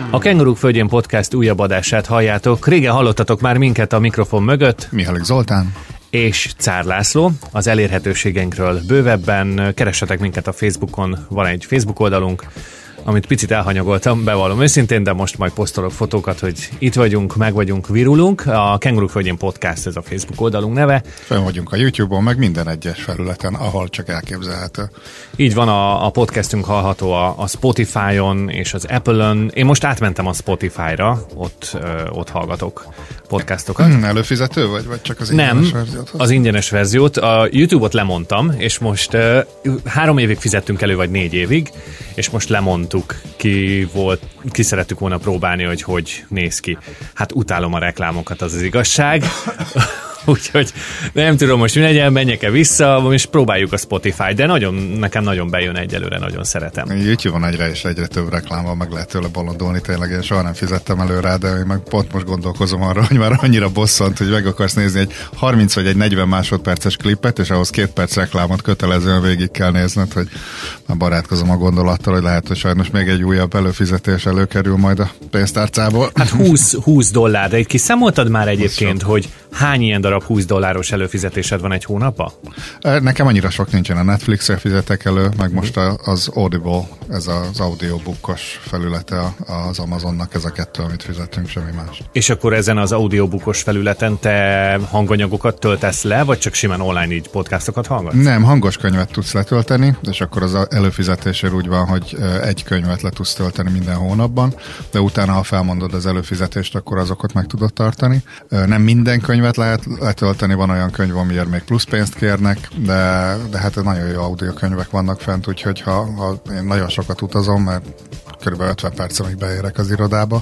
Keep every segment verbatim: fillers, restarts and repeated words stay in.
A Kenguruk Földjén Podcast újabb adását halljátok. Régen hallottatok már minket a mikrofon mögött. Mihály Zoltán. És Czár László. Az elérhetőségeinkről bővebben keressetek minket a Facebookon. Van egy Facebook oldalunk, amit picit elhanyagoltam, bevallom őszintén, de most majd posztolok fotókat, hogy itt vagyunk, meg vagyunk, virulunk. A Kenguruk Földjén Podcast, ez a Facebook oldalunk neve. Fenn vagyunk a YouTube-on, meg minden egyes felületen, ahol csak elképzelhető. Így van, a, a podcastünk hallható a, a Spotify-on és az Apple-on. Én most átmentem a Spotify-ra, ott, ö, ott hallgatok podcastokat. Hmm, előfizető vagy, vagy csak az ingyenes Nem, verziót? az ingyenes verziót. A YouTube-ot lemondtam, és most ö, három évig fizettünk elő, vagy négy évig, és most lemondtuk. Ki volt, ki szerettük volna próbálni, hogy hogy néz ki. Hát utálom a reklámokat, az az igazság. Úgyhogy nem tudom most, mi legyen, menjek-e vissza, és próbáljuk a Spotify, de nagyon, nekem nagyon bejön egyelőre, nagyon szeretem. YouTube-on egyre és egyre több reklámmal meg lehet tőle bolondulni, tényleg én soha nem fizettem elő rá, de én meg pont most gondolkozom arra, hogy már annyira bosszant, hogy meg akarsz nézni egy harminc vagy egy negyven másodperces klipet, és ahhoz két perc reklámot kötelezően végig kell nézned, hogy már barátkozom a gondolattal, hogy lehet, hogy sajnos még egy újabb előfizetés előkerül majd a pénztárcából. Hát húsz, húsz dollár, de itt kiszámoltad már egyébként, hogy hány ilyen darab húsz dolláros előfizetésed van egy hónapban? Nekem annyira sok nincsen, a Netflixre fizetek elő, meg most az Audible, ez az audiobookos felülete az Amazonnak, ez a kettő, amit fizetünk, semmi más. És akkor ezen az audiobookos felületen te hanganyagokat töltesz le, vagy csak simán online így podcastokat hallgatsz? Nem, hangos könyvet tudsz letölteni, és akkor az előfizetésért úgy van, hogy egy könyvet le tudsz tölteni minden hónapban, de utána, ha felmondod az előfizetést, akkor azokat meg tudod tartani. Nem minden könyvet lehet letölteni, van olyan könyv, amiért még plusz pénzt kérnek, de, de hát nagyon jó audiokönyvek vannak fent, úgyhogy ha, ha én nagyon sokat utazom, mert kb. ötven perc, amíg beérek az irodába,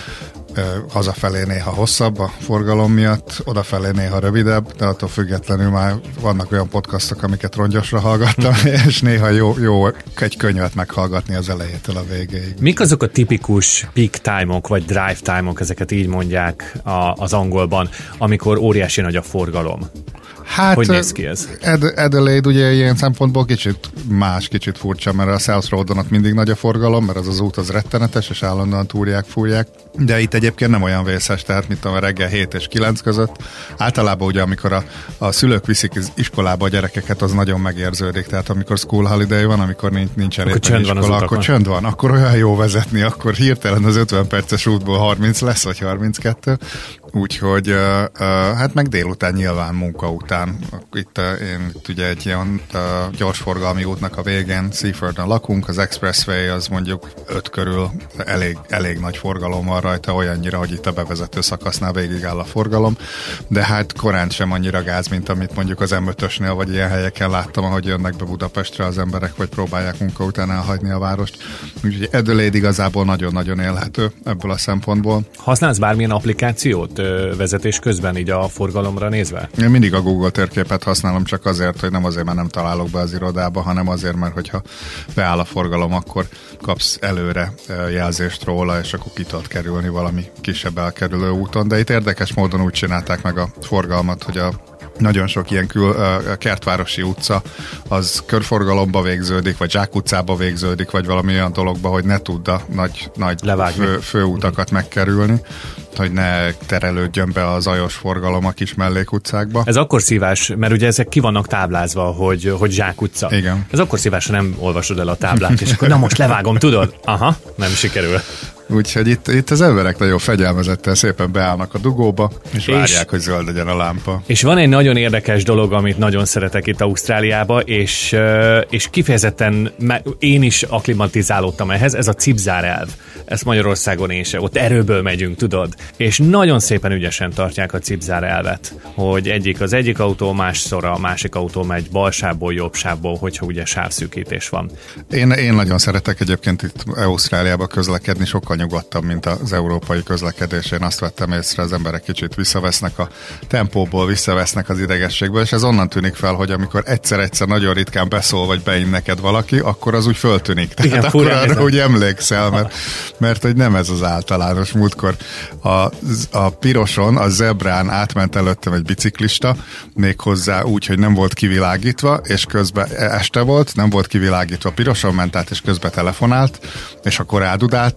hazafelé néha hosszabb a forgalom miatt, odafelé néha rövidebb, de attól függetlenül már vannak olyan podcastok, amiket rongyosra hallgattam, és néha jó, jó egy könyvet meghallgatni az elejétől a végéig. Mik azok a tipikus peak time-ok, vagy drive time-ok, ezeket így mondják a, az angolban, amikor óriási nagy a forgalom? Hát, hogy néz ki ez? Ad- Adelaide ugye ilyen szempontból kicsit más, kicsit furcsa, mert a South Roadon ott mindig nagy a forgalom, mert az az út az rettenetes, és állandóan túrják, fúrják. De itt egyébként nem olyan vészes, tehát mit tudom, reggel hét és kilenc között. Általában ugye, amikor a, a szülők viszik iskolába a gyerekeket, az nagyon megérződik. Tehát amikor school holiday van, amikor nincs, nincsen akkor éppen csönd iskola, akkor csönd van, akkor olyan jó vezetni, akkor hirtelen az ötven perces útból harminc lesz, vagy harminckettő. Úgyhogy uh, uh, hát meg délután nyilván munka után. Itt uh, én itt ugye egy ilyen uh, gyorsforgalmi útnak a végén, Seafordon lakunk, az Expressway az mondjuk öt körül elég, elég nagy forgalom van rajta, olyannyira, hogy itt a bevezető szakasznál végig áll a forgalom, de hát korán sem annyira gáz, mint amit mondjuk az em ötösnél vagy ilyen helyeken láttam, ahogy jönnek be Budapestre az emberek, vagy próbálják munka után elhagyni a várost. Úgyhogy Adelaide igazából nagyon-nagyon élhető ebből a szempontból. Használsz bármilyen applikációt vezetés közben így a forgalomra nézve? Én mindig a Google térképet használom, csak azért, hogy nem azért, mert nem találok be az irodába, hanem azért, mert hogyha beáll a forgalom, akkor kapsz előre jelzést róla, és akkor ki tudod kerülni valami kisebb elkerülő úton. De itt érdekes módon úgy csinálták meg a forgalmat, hogy a nagyon sok ilyen kül, uh, kertvárosi utca az körforgalomba végződik, vagy zsákutcába végződik, vagy valami olyan dologba, hogy ne tudd a nagy, nagy fő, főutakat megkerülni, hogy ne terelődjön be a zajos forgalom a kis mellékutcákba. Ez akkor szívás, mert ugye ezek ki vannak táblázva, hogy, hogy zsákutca. Igen. Ez akkor szívás, ha nem olvasod el a táblát, és akkor na most levágom, tudod? Aha, nem sikerül. Úgyhogy itt, itt az emberek nagyon fegyelmezettel szépen beállnak a dugóba, és, és várják, hogy zöld legyen a lámpa. És van egy nagyon érdekes dolog, amit nagyon szeretek itt Ausztráliába, és, és kifejezetten én is akklimatizálódtam ehhez, ez a cipzár elv. Ezt Magyarországon én se, ott erőből megyünk, tudod? És nagyon szépen ügyesen tartják a cipzár elvet, hogy egyik az egyik autó, másszor a másik autó megy bal sávból, jobb sávból, hogyha ugye sávszűkítés van. Én, én nagyon szeretek egyébként itt Ausztráliába közlekedni, sokkal nyugodtabb, mint az európai közlekedés. Én azt vettem észre, az emberek kicsit visszavesznek a tempóból, visszavesznek az idegességből, és ez onnan tűnik fel, hogy amikor egyszer-egyszer nagyon ritkán beszól, vagy bein neked valaki, akkor az úgy föltűnik. Tehát igen, akkor arra úgy emlékszel, mert, mert hogy nem ez az általános. Múltkor a, a piroson, a zebrán átment előttem egy biciklista, méghozzá úgy, hogy nem volt kivilágítva, és közben este volt, nem volt kivilágítva, piroson ment át, és közben telefonált, és akkor rádudáltam, és akkor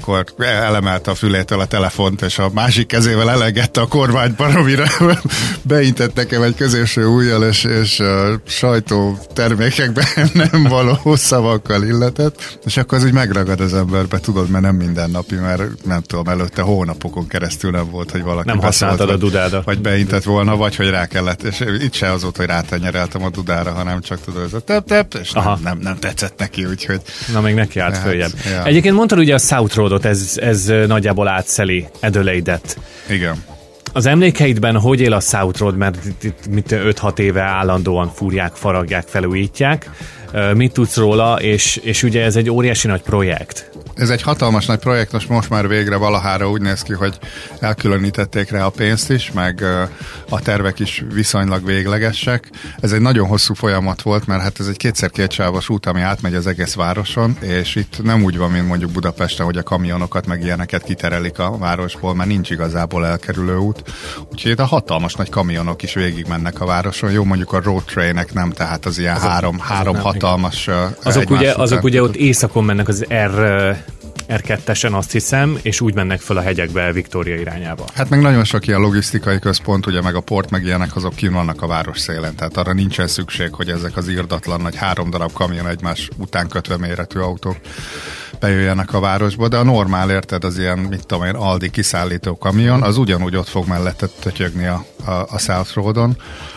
akkor elemelte a fülétől a telefont, és a másik kezével elengedte a kormányt baromira, beintett nekem egy középső ujjal, és, és a sajtó termékekben nem való szavakkal illetett, és akkor az úgy megragad az emberbe, tudod, mert nem mindennapi, mert nem tudom, előtte hónapokon keresztül nem volt, hogy valaki nem használtad a dudádat. Vagy beintett volna, vagy hogy rá kellett, és itt se az volt, hogy rátenyereltem a dudára, hanem csak tudod, ez a tep-tep, és nem, nem, nem tetszett neki, úgyhogy... Na, még neki állt följebb. Ja. Egyébként mondtad ugye a South Roadot, ez, ez nagyjából átszeli Adelaide-et. Igen. Az emlékeidben hogy él a South Road, mert itt, itt öt-hat éve állandóan fúrják, faragják, felújítják. Mit tudsz róla, és, és ugye ez egy óriási nagy projekt. Ez egy hatalmas nagy projekt, most, most már végre valahára úgy néz ki, hogy elkülönítették rá a pénzt is, meg a tervek is viszonylag véglegesek. Ez egy nagyon hosszú folyamat volt, mert hát ez egy kétszer kétsávos út, ami átmegy az egész városon, és itt nem úgy van, mint mondjuk Budapesten, hogy a kamionokat meg ilyeneket kiterelik a városból, mert nincs igazából elkerülő út. Úgyhogy itt a hatalmas nagy kamionok is végigmennek a városon. Jó, mondjuk a road trainek nem, tehát az ilyen azok, három, azok három hatalmas azok ugye, azok ugye ott északon mennek az R er kettesen, azt hiszem, és úgy mennek föl a hegyekbe Victoria irányába. Hát meg nagyon sok ilyen logisztikai központ, ugye meg a port, meg ilyenek, azok kint vannak a város szélen, tehát arra nincsen szükség, hogy ezek az irdatlan nagy három darab kamion egymás után kötve méretű autók bejöjjenek a városba, de a normál, érted, az ilyen, mit tudom én, Aldi kiszállító kamion, az ugyanúgy ott fog mellette tötyögni a, a, a South Roadon,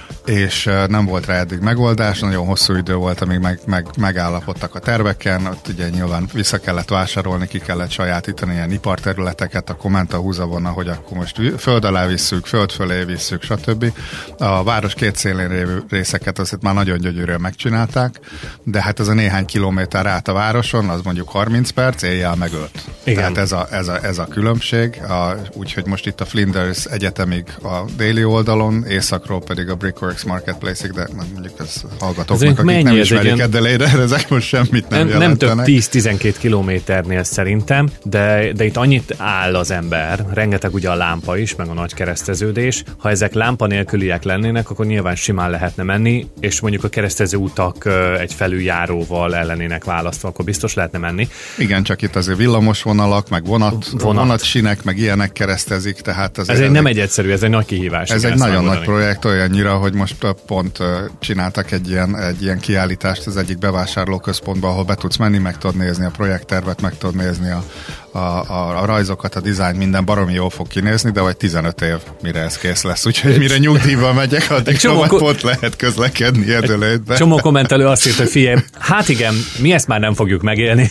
és nem volt rá eddig megoldás, nagyon hosszú idő volt, amíg meg, meg, megállapodtak a terveken, ott ugye nyilván vissza kellett vásárolni, ki kellett sajátítani ilyen iparterületeket, akkor ment a húzavona, hogy akkor most föld alá visszük, föld fölé visszük, stb. A város két szélén lévő részeket azt már nagyon gyönyörűen megcsinálták, de hát ez a néhány kilométer át a városon, az mondjuk harminc perc, éjjel meg öt. Igen. Tehát ez a, ez a, ez a különbség, a, úgyhogy most itt a Flinders Egyetemig a déli oldalon, északról pedig a Brickworks Marketplace-ig, de mondjuk ez hallgatóknak, akik nem ismerik Adelaide-re, ezek most semmit nem, nem jelentenek. Nem több tíz-tizenkét kilométernél szerintem, de, de itt annyit áll az ember, rengeteg ugye a lámpa is, meg a nagy kereszteződés. Ha ezek lámpa nélküliek lennének, akkor nyilván simán lehetne menni, és mondjuk a keresztező utak egy felüljáróval ellenének választva, akkor biztos lehetne menni. Igen, csak itt azért villamos vonalak, meg vonat, vonat. vonatsinek, meg ilyenek keresztezik, tehát ez egy nem egy egyszerű, ez egy nagy kihívás. Ez egy nagyon nagy projekt, olyannyira, hogy most pont csináltak egy ilyen, egy ilyen kiállítást az egyik bevásárlóközpontban, ahol be tudsz menni, meg tudod nézni a projekttervet, meg tudod nézni a, a, a, a rajzokat, a dizájn, minden baromi jól fog kinézni, de vagy tizenöt év, mire ez kész lesz. Úgyhogy mire nyugdíjba megyek, addig tovább ko- pont lehet közlekedni Adelaide-be. Csomó kommentelő azt írt, hogy figyelj, hát igen, mi ezt már nem fogjuk megélni.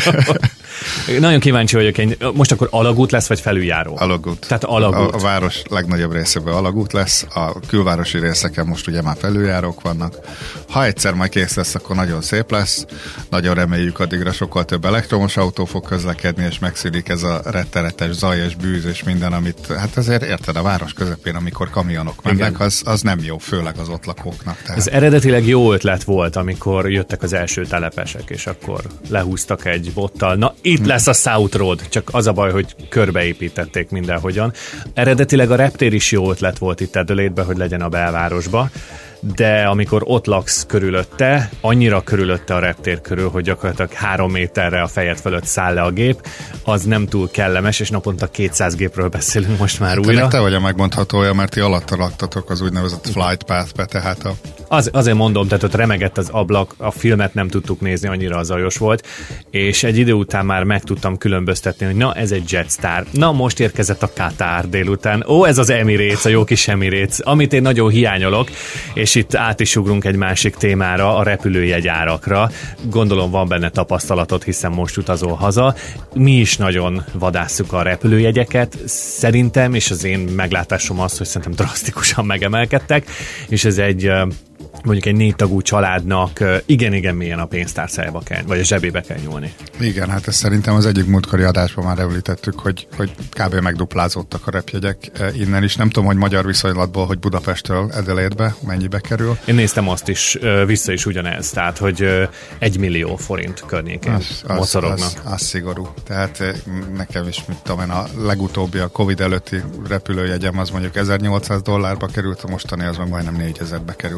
Nagyon kíváncsi vagyok, most akkor alagút lesz, vagy felüljáró? Alagút. Tehát alagút. A, a város legnagyobb részében alagút lesz, a külvárosi részeken most ugye már felüljárók vannak. Ha egyszer majd kész lesz, akkor nagyon szép lesz. Nagyon reméljük, addigra sokkal több elektromos autó fog közlekedni, és megszűnik ez a rettenetes zaj és bűz és minden, amit, hát azért érted, a város közepén, amikor kamionok mennek, az, az nem jó, főleg az ott lakóknak. Tehát. Ez eredetileg jó ötlet volt, amikor jöttek az első telepesek, és akkor lehúztak egy bottal. Na, itt lesz a South Road, csak az a baj, hogy körbeépítették mindenhogyan. Eredetileg a reptér is jó ötlet volt itt Adelaide-be, hogy legyen a belvárosba, de amikor ott laksz körülötte, annyira körülötte a reptér körül, hogy gyakorlatilag három méterre a fejed fölött száll le a gép, az nem túl kellemes, és naponta kétszáz gépről beszélünk most már újra. Te, te vagy a megmondhatója, mert ti alatta laktatok az úgynevezett flight path-be, tehát a... Az, azért mondom, tehát ott remegett az ablak, a filmet nem tudtuk nézni, annyira zajos volt, és egy idő után már meg tudtam különböztetni, hogy na, ez egy Jetstar, na, most érkezett a Qatar délután, ó, ez az Emirates, a jó kis Emirates, amit én nagyon hiányolok, és itt át is ugrunk egy másik témára, a repülőjegyárakra. Gondolom van benne tapasztalatod, hiszen most utazol haza. Mi is nagyon vadásszuk a repülőjegyeket, szerintem, és az én meglátásom az, hogy szerintem drasztikusan megemelkedtek, és ez egy mondjuk egy négy tagú családnak igen-igen mélyen a pénztárcájába kell, vagy a zsebébe kell nyúlni. Igen, hát ezt szerintem az egyik múltkori adásban már említettük, hogy, hogy kb. Megduplázódtak a repjegyek innen is. Nem tudom, hogy magyar viszonylatból, hogy Budapesttől Adelaide-be mennyibe kerül. Én néztem azt is, vissza is ugyanez, tehát, hogy egy millió forint környékén az, az, mocorognak. Az, az szigorú. Tehát nekem is, mit tudom én, a legutóbbi, a Covid előtti repülőjegyem az mondjuk ezernyolcszáz dollárba került, a mostani az meg majdnem négyezerbe került hazamenni.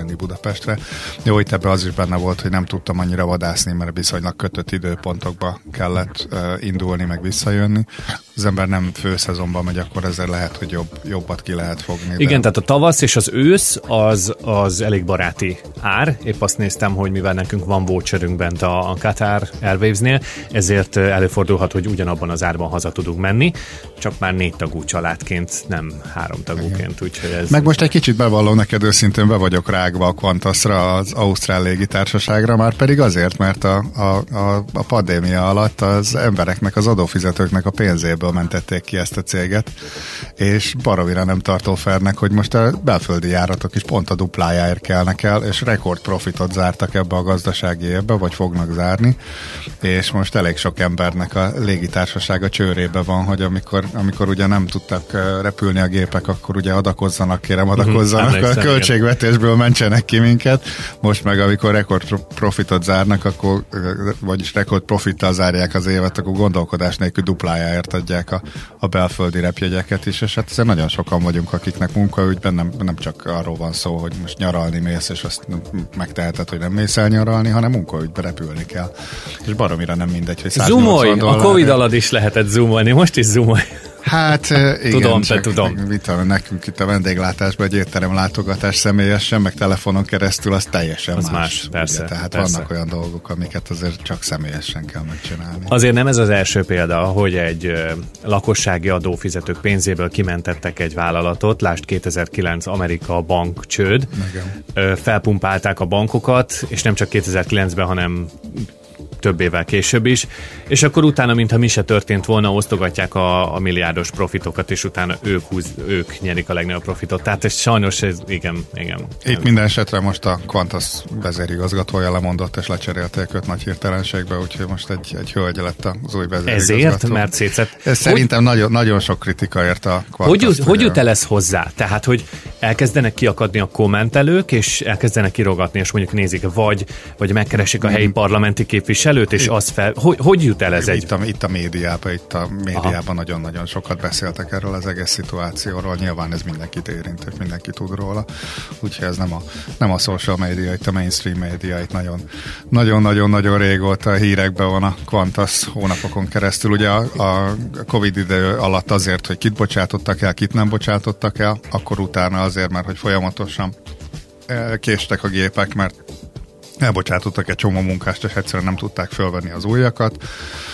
jönni Budapestre. Jó, itt ebben az is benne volt, hogy nem tudtam annyira vadászni, mert viszonylag kötött időpontokba kellett uh, indulni, meg visszajönni. Az ember nem főszezonban megy, akkor ezzel lehet, hogy jobb, jobbat ki lehet fogni. Igen, de... tehát a tavasz és az ősz az, az elég baráti ár. Épp azt néztem, hogy mivel nekünk van voucherünk bent a, a Qatar Airwaves-nél, ezért előfordulhat, hogy ugyanabban az árban haza tudunk menni, csak már négy tagú családként, nem három tagúként. Úgyhogy ez... Meg most egy kicsit bevallom neked őszintén, be vagyok rágva a Qantasra, az Ausztrál légitársaságra, már pedig azért, mert a, a, a, a pandémia alatt az embereknek, az adófizetőknek a pénzéből mentették ki ezt a céget, és baromira nem tartó fernek, hogy most a belföldi járatok is pont a duplájáért kelnek el, és rekord profitot zártak ebbe a gazdasági évbe, vagy fognak zárni, és most elég sok embernek a légitársasága csőrébe van, hogy amikor, amikor ugye nem tudtak repülni a gépek, akkor ugye adakozzanak, kérem, adakozzanak, uh-huh. a költségvetésből mentsenek ki minket. Most meg amikor rekord profitot zárnak, akkor, vagyis rekord profittal zárják az évet, akkor gondolkodás nélkül duplájáért adják a, a belföldi repjegyeket is, és hát azért nagyon sokan vagyunk, akiknek munkaügyben nem, nem csak arról van szó, hogy most nyaralni mész, és azt megteheted, hogy nem mész el nyaralni, hanem munkaügybe repülni kell. És baromira nem mindegy, hogy zoomolj! A Covid alatt is lehetett zoomolni, most is zoomolj. Hát igen, tudom, csak tudom. Mit tudom, nekünk itt a vendéglátásban egy étterem látogatás személyesen, meg telefonon keresztül, az teljesen az más. más persze, ugye? Tehát persze. vannak olyan dolgok, amiket azért csak személyesen kell megcsinálni. Azért nem ez az első példa, hogy egy ö, lakossági adófizetők pénzéből kimentettek egy vállalatot, lásd kétezer-kilenc Amerika bank csőd, ö, felpumpálták a bankokat, és nem csak kétezer-kilencben, hanem több évvel később is, és akkor utána, mintha mi se történt volna, osztogatják a, a milliárdos profitokat, és utána ők, húz, ők nyerik a legnagyobb profitot. Tehát ez sajnos, ez, igen, igen. Itt minden esetre most a Qantas vezérigazgatója lemondott, és lecserélték őt nagy hirtelenségbe, úgyhogy most egy, egy hölgy lett az új vezérigazgató. Ezért? Mert szétszett. Ez szerintem nagyon, nagyon sok kritika ért a Qantas. Hogy jut, hogy jut el ez hozzá? Tehát, hogy elkezdenek kiakadni a kommentelők, és elkezdenek kirogatni, és mondjuk nézik, vagy, vagy megkeresik a helyi parlamenti képviselőt, és az fel... Hogy, hogy jut el ez egy... Itt a, itt a médiában, itt a médiában nagyon-nagyon sokat beszéltek erről az egész szituációról. Nyilván ez mindenkit érint, és mindenki tud róla. Úgyhogy ez nem a, nem a social media, itt a mainstream média, itt nagyon, nagyon-nagyon-nagyon régóta a hírekben van a Qantas hónapokon keresztül. Ugye a, a Covid idő alatt azért, hogy kit bocsátottak el, kit nem bocsátottak el, akkor utána azért, mert hogy folyamatosan késtek a gépek, mert elbocsátottak egy csomó munkást, és egyszerűen nem tudták fölvenni az újakat.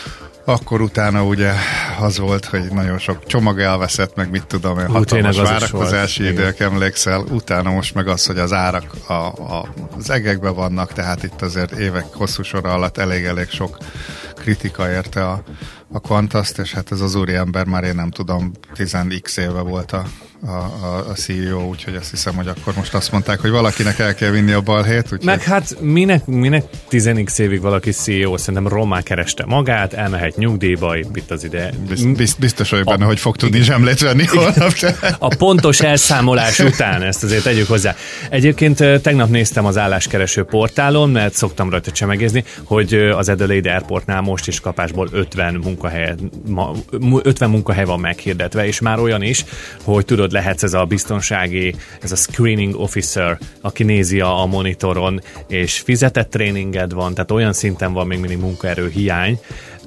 Akkor utána ugye az volt, hogy nagyon sok csomag elveszett, meg mit tudom én, hatalmas várakozási idők, emlékszel. Utána most meg az, hogy az árak a, a, az egekben vannak, tehát itt azért évek hosszú sora alatt elég-elég sok kritika érte a, a Qantaszt, és hát ez az úriember már én nem tudom, tíz x éve volt a, a, a cé e o, úgyhogy azt hiszem, hogy akkor most azt mondták, hogy valakinek el kell vinni a balhét. Úgyhogy... Meg hát minek, minek tíz x évig valaki cé e o, szerintem rommá kereste magát, elmehet nyugdíjba, itt az ide. Bizt, biztos vagy benne, a, hogy fog tudni zsemlét venni holnap. A pontos elszámolás után, ezt azért tegyük hozzá. Egyébként tegnap néztem az álláskereső portálon, mert szoktam rajta csemegézni, hogy az Adelaide Airportnál most is kapásból ötven munkahely, ötven munkahely van meghirdetve, és már olyan is, hogy tudod, lehetsz ez a biztonsági, ez a screening officer, aki nézi a monitoron, és fizetett tréninged van, tehát olyan szinten van még mindig munkaerő hiány,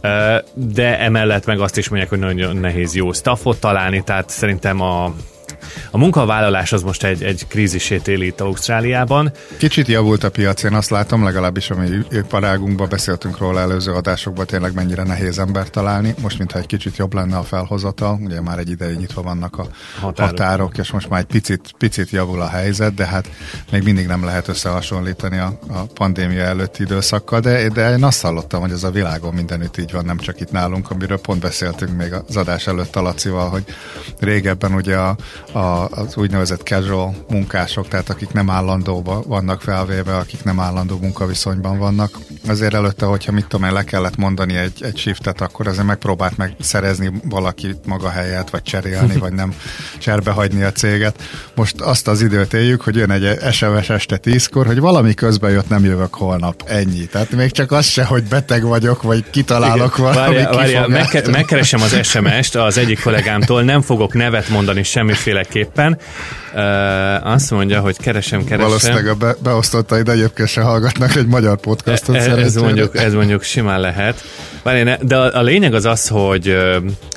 de emellett meg azt is mondják, hogy nagyon nehéz jó staffot találni, tehát szerintem a A munkavállalás az most egy, egy krízisét éli itt Ausztráliában. Kicsit javult a piac, én azt látom, legalábbis a mi iparágunkban beszéltünk róla előző adásokban, tényleg mennyire nehéz ember találni. Most mintha egy kicsit jobb lenne a felhozatal, ugye már egy ideig nyitva vannak a határok, határok és most már egy picit, picit javul a helyzet, de hát még mindig nem lehet összehasonlítani a, a pandémia előtti időszakkal, de, de én azt hallottam, hogy ez a világon mindenütt így van, nem csak itt nálunk, amiről pont beszéltünk még az adás előtt a Lacival, hogy régebben ugye a, a az úgynevezett casual munkások, tehát akik nem állandóban vannak felvéve, akik nem állandó munkaviszonyban vannak, azért előtte, hogyha mit tudom én, le kellett mondani egy, egy shiftet, akkor azért megpróbált meg szerezni valaki maga helyet, vagy cserélni, vagy nem cserbehagyni a céget. Most azt az időt éljük, hogy jön egy es em es este tízkor, hogy valami közben jött, nem jövök holnap. Ennyi. Tehát még csak az se, hogy beteg vagyok, vagy kitalálok valami. Várja, várja, megke- megkeresem az es em est az egyik kollégámtól, nem fogok nevet mondani semmiféleképpen. Uh, azt mondja, hogy keresem, keresem. Valószínűleg a be- beosztottaid egyébként se hallgatnak egy magyar podcastot. E- ez, mondjuk, ez mondjuk simán lehet. Várj, de a, a lényeg az az, hogy ö,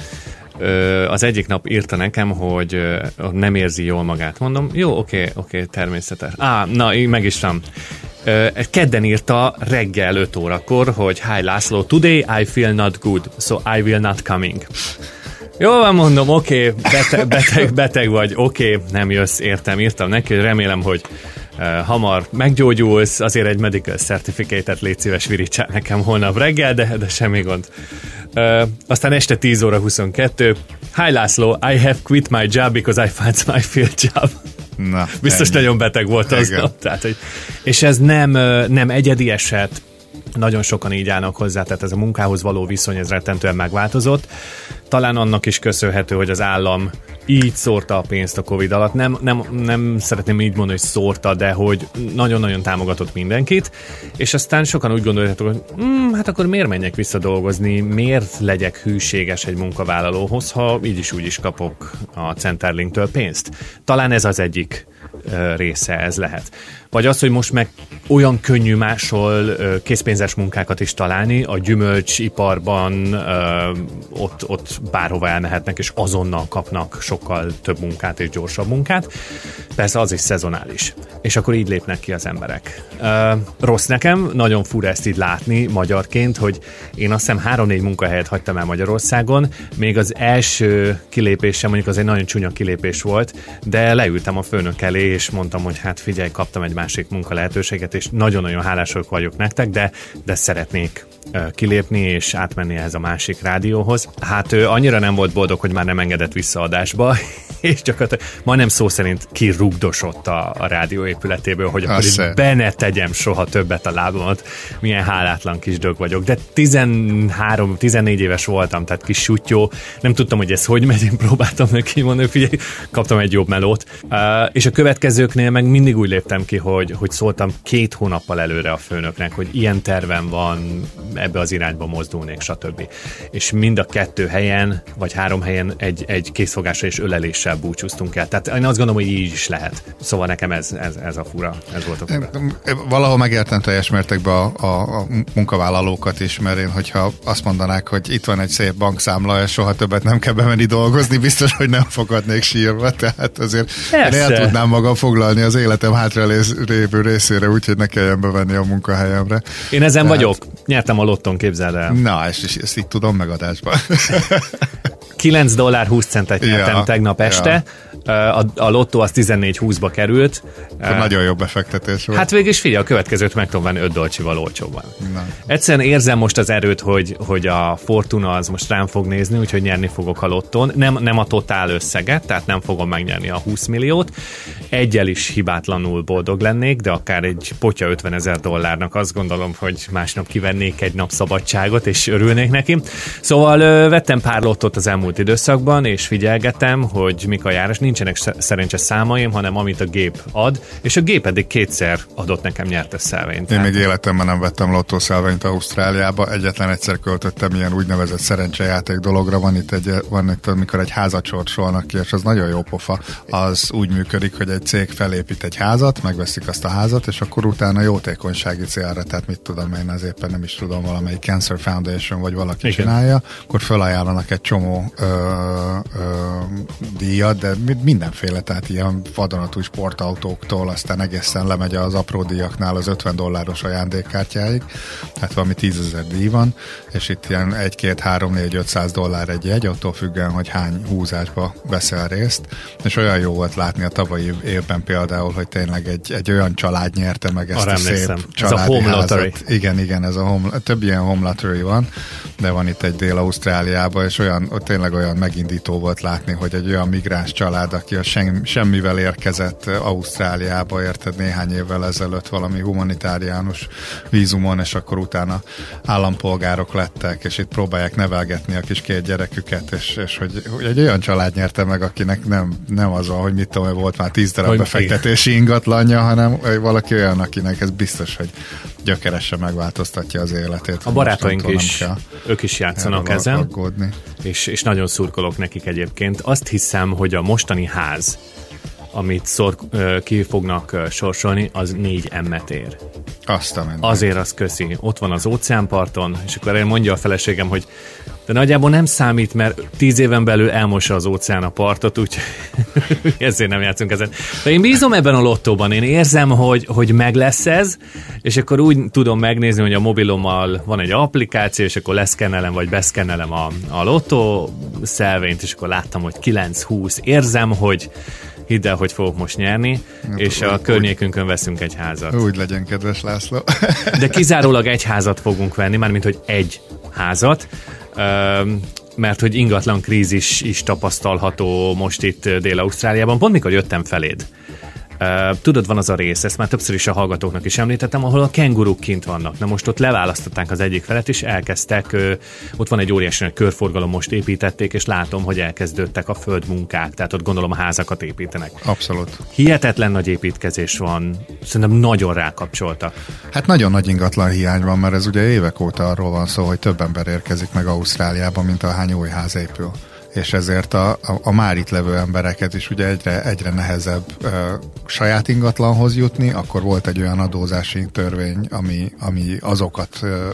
ö, az egyik nap írta nekem, hogy ö, nem érzi jól magát. Mondom, jó, oké, okay, oké, okay, természetes. Á, na, én meg is tudom. Kedden írta reggel öt órakor, hogy hi László, today I feel not good, so I will not coming. Jó van, mondom, oké, okay, beteg, beteg, beteg vagy, oké, okay, nem jössz, értem, írtam neki, remélem, hogy uh, hamar meggyógyulsz, azért egy medical certificate-et légy szíves, virítsál nekem holnap reggel, de, de semmi gond. Uh, aztán este tíz óra huszonkettő, hi László, I have quit my job because I found my field job. Na, biztos ennyi. Nagyon beteg volt az nap. Tehát, hogy, és ez nem, nem egyedi eset, nagyon sokan így állnak hozzá, tehát ez a munkához való viszony, ez rettentően megváltozott. Talán annak is köszönhető, hogy az állam így szórta a pénzt a Covid alatt. Nem, nem, nem szeretném így mondani, hogy szórta, de hogy nagyon-nagyon támogatott mindenkit, és aztán sokan úgy gondolják, hogy mm, hát akkor miért menjek vissza dolgozni, miért legyek hűséges egy munkavállalóhoz, ha így is úgy is kapok a Centerlinktől pénzt. Talán ez az egyik uh, része, ez lehet. Vagy az, hogy most meg olyan könnyű máshol uh, készpénzes munkákat is találni, a gyümölcsiparban uh, ott, ott bárhova elmehetnek, és azonnal kapnak sokkal több munkát és gyorsabb munkát. Persze az is szezonális. És akkor így lépnek ki az emberek. Uh, rossz nekem, nagyon fura ezt így látni magyarként, hogy én azt hiszem három-négy munkahelyet hagytam el Magyarországon, még az első kilépésem, mondjuk az egy nagyon csúnya kilépés volt, de leültem a főnök elé, és mondtam, hogy hát figyelj, kaptam egy másik munka lehetőséget, és nagyon-nagyon hálások vagyok nektek, de, de szeretnék kilépni és átmenni ehhez a másik rádióhoz. Hát ő annyira nem volt boldog, hogy már nem engedett vissza adásba, és csak majdnem szó szerint kirugdosott a, a rádió épületéből, hogy akkor itt be ne tegyem soha többet a lábamat. Milyen hálátlan kis dög vagyok. De tizenhárom-tizennégy éves voltam, tehát kis sutyó. Nem tudtam, hogy ez hogy megy, én próbáltam neki mondani, figyelj, kaptam egy jobb melót. Uh, és a következőknél meg mindig úgy léptem ki, hogy, hogy szóltam két hónappal előre a főnöknek, hogy ilyen tervem van, ebbe az irányba mozdulnék, stb. És mind a kettő helyen, vagy három helyen egy, egy készfogásra és öleléssel búcsúztunk el. Tehát én azt gondolom, hogy így is lehet. Szóval nekem ez, ez, ez a fura. Ez volt a fura. Valahol megértem teljes mértékben a, a, a munkavállalókat is, mert én, hogyha azt mondanák, hogy itt van egy szép bankszámla, és soha többet nem kell bemenni dolgozni, biztos, hogy nem fogadnék sírva. Tehát azért én el tudnám magam foglalni az életem hátra lévő részére, úgyhogy ne kelljen bevenni a munkahelyemre. Én ezen Tehát... vagyok. Nyertem a lotton, képzeld el. Na, és, és ezt így tudom megadásban. kilenc dollár húsz centet nyertem ja, tegnap este. Ja. A, a lottó az tizennégy húszba került. Akkor uh, nagyon jó befektetés volt. Hát végig is figyelj, a következőt meg tudom venni öt dolcsival olcsóban. Na. Egyszerűen érzem most az erőt, hogy, hogy a Fortuna az most rám fog nézni, úgyhogy nyerni fogok a lottón. Nem, nem a totál összeget, tehát nem fogom megnyerni a húsz milliót. Egyel is hibátlanul boldog lennék, de akár egy potya ötvenezer dollárnak azt gondolom, hogy másnap kivennék egy nap szabadságot, és örülnék neki. Szóval ö, vettem pár lottót az elmúlt időszakban, és figyelgetem, hogy mik a járás. Nincsenek szerencsés számaim, hanem amit a gép ad, és a gép eddig kétszer adott nekem nyertes szelvényt. Én még életemben nem vettem lottószelvényt Ausztráliába, egyetlen egyszer költöttem ilyen úgynevezett szerencsejáték dologra. Van itt egy, van itt, amikor egy házat sorsolnak ki, és az nagyon jó pofa. Az úgy működik, hogy egy cég felépít egy házat, megveszik azt a házat, és akkor utána jótékonysági célra, tehát mit tudom én, az éppen nem is tudom, valamelyik Cancer Foundation vagy valaki igen. csinálja, akkor felajánlanak egy csomó ö, ö, díjat, de mindenféle, tehát ilyen vadonatúj sportautóktól, aztán egészen lemegy az apró díjaknál az ötven dolláros ajándékkártyáig, tehát valami tízezer díj van, és itt ilyen egy, két, három, négy, ötszáz dollár egy jegy, attól függően, hogy hány húzásba veszel részt, és olyan jó volt látni a tavalyi évben például, hogy tényleg egy, egy olyan család nyerte meg ezt arra a szép emlékszem. családi ez a home házat. lottery. Igen, igen, ez a home, több ilyen home lottery van, de van itt egy Dél-Ausztráliában, és olyan, ott tényleg olyan megindító volt látni, hogy egy olyan migráns család aki a semmivel érkezett Ausztráliába, érted, néhány évvel ezelőtt valami humanitáriánus vízumon, és akkor utána állampolgárok lettek, és itt próbálják nevelgetni a kis két gyereküket, és, és hogy, hogy egy olyan család nyerte meg, akinek nem, nem az van, hogy mit tudom, volt már tíz darab befektetési ingatlanja, hanem valaki olyan, akinek ez biztos, hogy gyökeresen megváltoztatja az életét. A barátaink is, ők is játszanak ezen, aggódni. és, és nagyon szurkolok nekik egyébként. Azt hiszem, hogy a mostani ház, amit szor, ki fognak sorsolni, az négy emmet ér. Azt a Azért az köszi. Ott van az óceánparton, és akkor mondja a feleségem, hogy de nagyjából nem számít, mert tíz éven belül elmossa az óceán a partot, úgyhogy ezért nem játszunk ezen. De én bízom ebben a lottóban, én érzem, hogy, hogy meg lesz ez, és akkor úgy tudom megnézni, hogy a mobilommal van egy applikáció, és akkor leszkennelem, vagy beszkennelem a, a lottó szelvényt, és akkor láttam, hogy kilenc húsz. Érzem, hogy hidd el, hogy fogok most nyerni, hát, és a úgy, környékünkön veszünk egy házat. Úgy legyen, kedves László. De kizárólag egy házat fogunk venni, mármint, hogy egy házat, mert hogy ingatlan krízis is tapasztalható most itt Dél-Ausztráliában. Pont mikor jöttem feléd. Tudod, van az a rész, ezt már többször is a hallgatóknak is említettem, ahol a kenguruk kint vannak. Na most ott leválasztották az egyik felet, és elkezdtek, ott van egy óriási nagy körforgalom, most építették, és látom, hogy elkezdődtek a földmunkák, tehát ott gondolom a házakat építenek. Abszolút. Hihetetlen nagy építkezés van, szerintem nagyon rákapcsoltak. Hát nagyon nagy ingatlan hiány van, mert ez ugye évek óta arról van szó, hogy több ember érkezik meg Ausztráliába, mint ahány új ház épül. És ezért a, a, a már itt levő embereket is ugye egyre, egyre nehezebb ö, saját ingatlanhoz jutni. Akkor volt egy olyan adózási törvény, ami, ami azokat ö,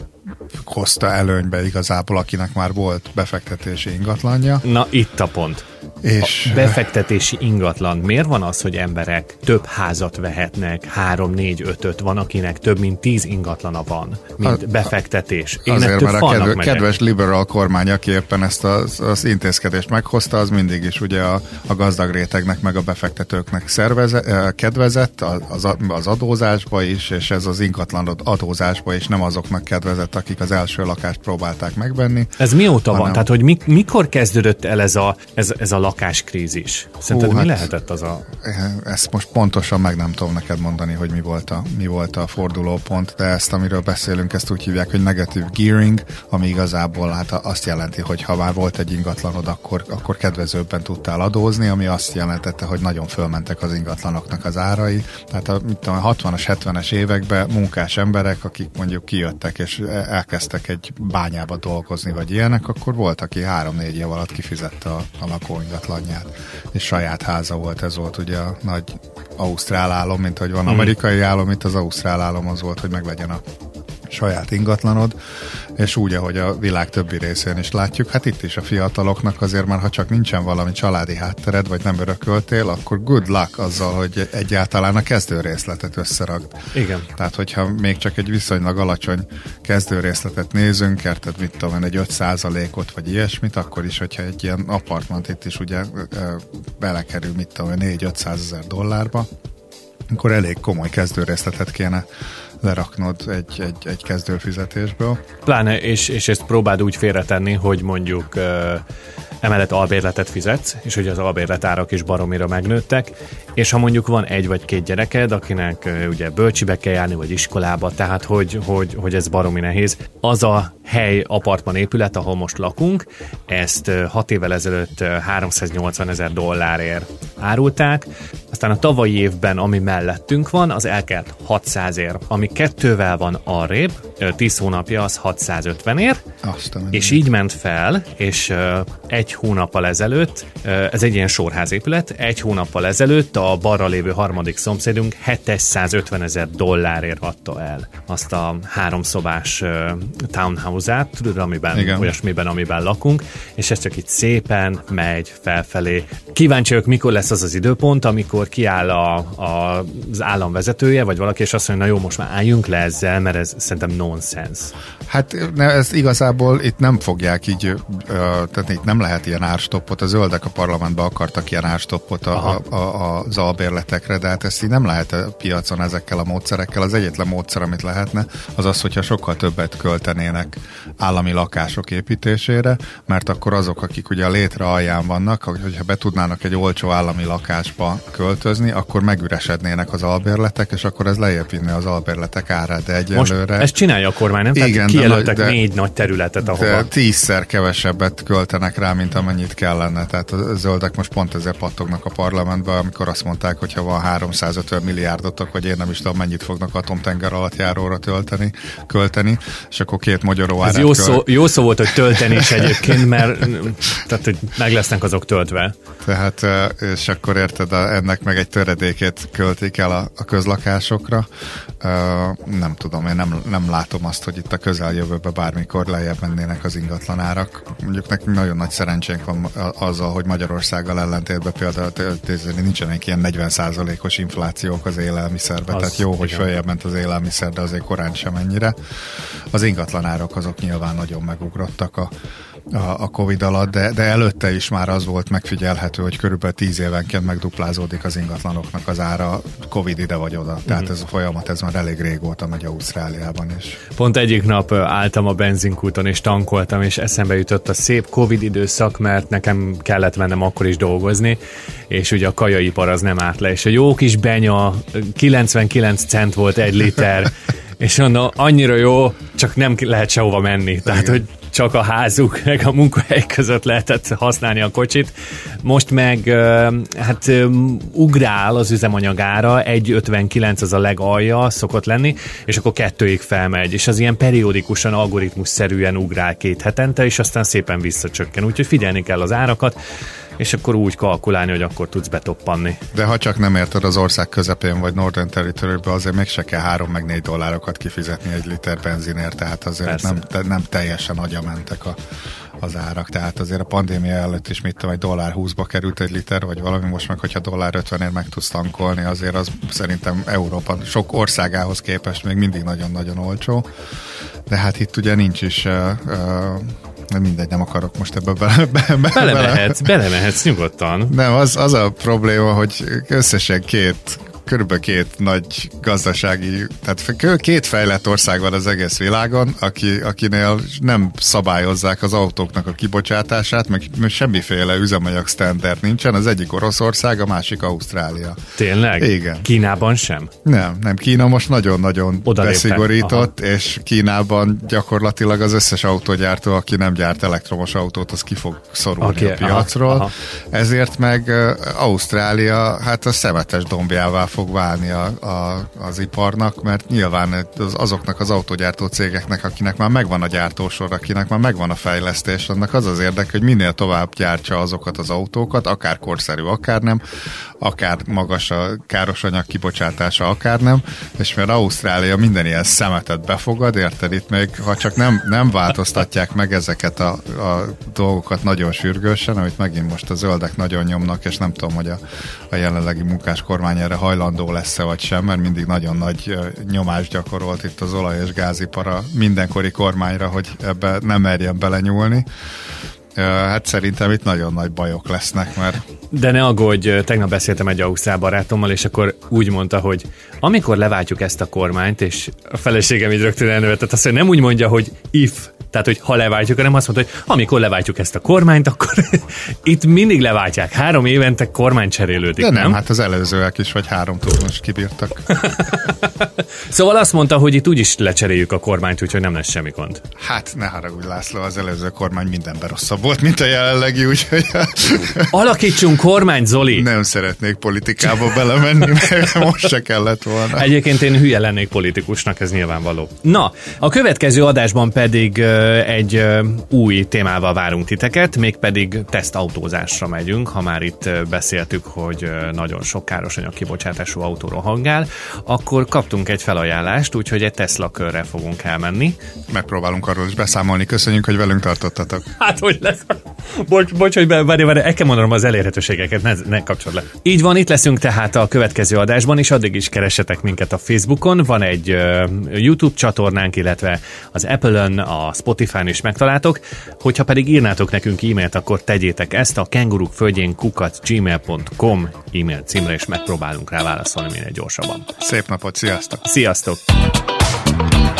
hozta előnybe igazából, akinek már volt befektetési ingatlanja. Na, itt a pont. És a befektetési ingatlan. Miért van az, hogy emberek több házat vehetnek, három, négy, ötöt, van, akinek több mint tíz ingatlana van, mint a, befektetés. Én azért, mert a kedve, kedves liberal kormány, aki éppen ezt az, az intézkedést meghozta, az mindig is ugye a, a gazdag rétegnek meg a befektetőknek szerveze, kedvezett az, az adózásba is, és ez az ingatlan adózásba is nem azoknak kedvezett, akik az első lakást próbálták megvenni. Ez mióta hanem... van? Tehát, hogy mi, mikor kezdődött el ez a, ez, ez a lakáskrízis? Szerinted Hú, mi hát lehetett az a... Ezt most pontosan meg nem tudom neked mondani, hogy mi volt a, mi volt a fordulópont, de ezt, amiről beszélünk, ezt úgy hívják, hogy negative gearing, ami igazából hát azt jelenti, hogy ha már volt egy ingatlanod, akkor, akkor kedvezőbben tudtál adózni, ami azt jelentette, hogy nagyon fölmentek az ingatlanoknak az árai. Tehát a, mit tudom, a hatvanas, hetvenes években munkás emberek, akik mondjuk kijöttek és elkezdtek egy bányába dolgozni, vagy ilyenek, akkor volt, aki három-négy év alatt kifizette a, a lakóingatlanját, és saját háza volt, ez volt ugye a nagy ausztrál álom, mint hogy van amerikai álom, itt az ausztrál álom az volt, hogy meglegyen a saját ingatlanod, és úgy, ahogy a világ többi részén is látjuk, hát itt is a fiataloknak azért már, ha csak nincsen valami családi háttered, vagy nem örököltél, akkor good luck azzal, hogy egyáltalán a kezdőrészletet összeragd. Igen. Tehát, hogyha még csak egy viszonylag alacsony kezdőrészletet nézünk, érted, mit tudom, egy öt százalékot, vagy ilyesmit, akkor is, hogyha egy ilyen apartmant itt is ugye belekerül, mit tudom, négy-ötszázezer dollárba, akkor elég komoly kezdőrészletet kéne leraknod egy, egy, egy kezdőfizetésből. Pláne, és, és ezt próbáld úgy félretenni, hogy mondjuk uh, emellett albérletet fizetsz, és hogy az albérletárak is baromira megnőttek, és ha mondjuk van egy vagy két gyereked, akinek uh, ugye bölcsibe kell járni, vagy iskolába, tehát hogy, hogy, hogy ez baromi nehéz. Az a hely, apartman épület, ahol most lakunk, ezt uh, hat évvel ezelőtt uh, háromszáznyolcvan ezer dollárért árulták, aztán a tavalyi évben, ami mellettünk van, az elkelt hatszázért, ami kettővel van arrébb, tíz hónapja az hatszázötvenért, és így ment fel, és uh, egy hónappal ezelőtt, uh, ez egy ilyen sorházépület, egy hónappal ezelőtt a balra lévő harmadik szomszédunk hétszázötven ezer dollárért adta el azt a háromszobás uh, townhouse-át, tudod, amiben, Igen. olyasmiben, amiben lakunk, és ez csak itt szépen megy felfelé. Kíváncsi vagyok, mikor lesz az az időpont, amikor kiáll a, a, az államvezetője, vagy valaki, és azt mondja, na jó, most már álljunk le ezzel, mert ez szerintem nonsens. Hát ne, ez igazából itt nem fogják így, uh, tehát itt nem lehet ilyen árstoppot, a zöldek a parlamentben akartak ilyen árstoppot a, a, a, az albérletekre, de hát ezt így nem lehet a piacon ezekkel a módszerekkel. Az egyetlen módszer, amit lehetne, az az, hogyha sokkal többet költesz költenének állami lakások építésére, mert akkor azok, akik ugye a létre alján vannak, hogyha be tudnának egy olcsó állami lakásba költözni, akkor megüresednének az albérletek, és akkor ez lejjebb vinni az albérletek árát, de egyelőre... Most ezt csinálja a kormány, nem? Igen, tehát kijelöltek de, négy nagy területet, ahova... De tízszer kevesebbet költenek rá, mint amennyit kellene. Tehát a zöldek most pont ezzel pattognak a parlamentben, amikor azt mondták, hogy ha van háromszázötven milliárdotok, vagy én nem is tudom, mennyit fognak atomtenger alatt járóra tölteni, költeni, és akkor két magyaró árát... Ez jó, köl... szó, jó szó volt, hogy tölteni is egyébként, mert tehát, hogy meg lesznek azok töltve. Tehát, és akkor érted, ennek meg egy töredékét költik el a, a közlakásokra. Nem tudom, én nem, nem látom azt, hogy itt a közeljövőben bármikor lejjebb mennének az ingatlanárak. Mondjuk nekünk nagyon nagy szerencsénk van azzal, hogy Magyarországgal ellentétben például nincsenek ilyen negyven százalékos inflációk az élelmiszerben, az, tehát jó, hogy följebb ment az élelmiszer, de azért korán sem ennyire. Az ingatlanárak azok nyilván nagyon megugrottak a a Covid alatt, de, de előtte is már az volt megfigyelhető, hogy körülbelül tíz évenként megduplázódik az ingatlanoknak az ára, Covid ide vagy oda. Tehát mm-hmm. ez a folyamat, ez már elég régóta megy Ausztráliában is. Pont egyik nap álltam a benzinkúton és tankoltam, és eszembe jutott a szép Covid időszak, mert nekem kellett mennem akkor is dolgozni, és ugye a kajaipar az nem állt le, és a jó kis benya kilencvenkilenc cent volt egy liter, és mondom, annyira jó, csak nem lehet sehova menni. Tehát, igen. hogy csak a házuk, meg a munkahely között lehetett használni a kocsit. Most meg hát ugrál az üzemanyagára, egy ötvenkilenc az a legalja szokott lenni, és akkor kettőig felmegy, és az ilyen periódikusan, algoritmusszerűen ugrál két hetente, és aztán szépen visszacsökken. Úgyhogy figyelni kell az árakat, és akkor úgy kalkulálni, hogy akkor tudsz betoppanni. De ha csak nem érted, az ország közepén vagy Northern Territory-ben azért még se kell három meg négy dollárokat kifizetni egy liter benzinért, tehát azért nem, nem teljesen agyamentek a, az árak. Tehát azért a pandémia előtt is mit tudom, egy dollár húszba került egy liter, vagy valami, most meg, hogyha dollár ötvenért meg tudsz tankolni, azért az szerintem Európa sok országához képest még mindig nagyon-nagyon olcsó. De hát itt ugye nincs is uh, uh, mindegy, nem akarok most ebbe bele... Be, be, belemehetsz, belemehetsz nyugodtan. Nem, az, az a probléma, hogy összesen két körülbelül két nagy gazdasági, tehát két fejlett ország van az egész világon, aki, akinél nem szabályozzák az autóknak a kibocsátását, meg semmiféle üzemanyag standard nincsen, az egyik Oroszország, a másik Ausztrália. Tényleg? Igen. Kínában sem? Nem, nem. Kína most nagyon-nagyon beszigorított, és Kínában gyakorlatilag az összes autógyártó, aki nem gyárt elektromos autót, az ki fog szorulni okay, a piacról. Aha, aha. Ezért meg Ausztrália hát a szemetes dombjává fog válni a, a, az iparnak, mert nyilván az, azoknak az autógyártó cégeknek, akinek már megvan a gyártósor, akinek már megvan a fejlesztés, annak az az érdek, hogy minél tovább gyártsa azokat az autókat, akár korszerű, akár nem, akár magas a károsanyag kibocsátása, akár nem, és mert Ausztrália minden ilyen szemetet befogad, érted, itt még, ha csak nem, nem változtatják meg ezeket a, a dolgokat nagyon sürgősen, amit megint most a zöldek nagyon nyomnak, és nem tudom, hogy a, a jelenlegi munkás kormány erre hajlandó lesz-e vagy sem, mert mindig nagyon nagy nyomást gyakorolt itt az olaj- és gázipar a mindenkori kormányra, hogy ebbe nem merjen belenyúlni. Hát szerintem itt nagyon nagy bajok lesznek, mert... De ne aggódj, tegnap beszéltem egy ausztrál barátommal, és akkor úgy mondta, hogy amikor leváltjuk ezt a kormányt, és a feleségem így rögtön elnevetett, azt mondja, nem úgy mondja, hogy if, tehát hogy ha leváltjuk, hanem azt mondta, hogy amikor leváltjuk ezt a kormányt, akkor itt mindig leváltják. Három évente kormány cserélődik, de nem? nem? Hát az előzőek is, vagy három tudós kibírtak. Szóval azt mondta, hogy itt úgyis lecseréljük a kormányt, úgyhogy nem lesz semmi gond. Hát ne haragudj, László, az előző kormány mindenben rosszabb volt, mint a jelenlegi, úgyhogy... Alakítsunk kormányt, Zoli! Nem szeretnék politikába belemenni, mert most se kellett volna. Egyébként én hülye lennék politikusnak, ez nyilvánvaló. Na, a következő adásban pedig uh, egy uh, új témával várunk titeket, mégpedig tesztautózásra megyünk, ha már itt uh, beszéltük, hogy uh, nagyon sok károsanyag kibocsátású autó rohangál, akkor kaptunk egy felajánlást, úgyhogy egy Tesla körre fogunk elmenni. Megpróbálunk arról is beszámolni. Köszönjük, hogy velünk tartottatok. Hát, hogy lesz? Bocs, bocs, hogy várj, várj, el kell mondanom az elérhetőségeket, ne, ne kapcsolj le. Így van, itt leszünk tehát a következő adásban, és addig is keressetek minket a Facebookon, van egy uh, YouTube csatornánk, illetve az Apple-ön, a Spotify-n is megtaláltok, hogyha pedig írnátok nekünk e-mailt, akkor tegyétek ezt a kengurukföldjén kukac gmail pont com e-mail címre, és megpróbálunk rá válaszolni minél gyorsabban. Szép napot, sziasztok! Sziasztok!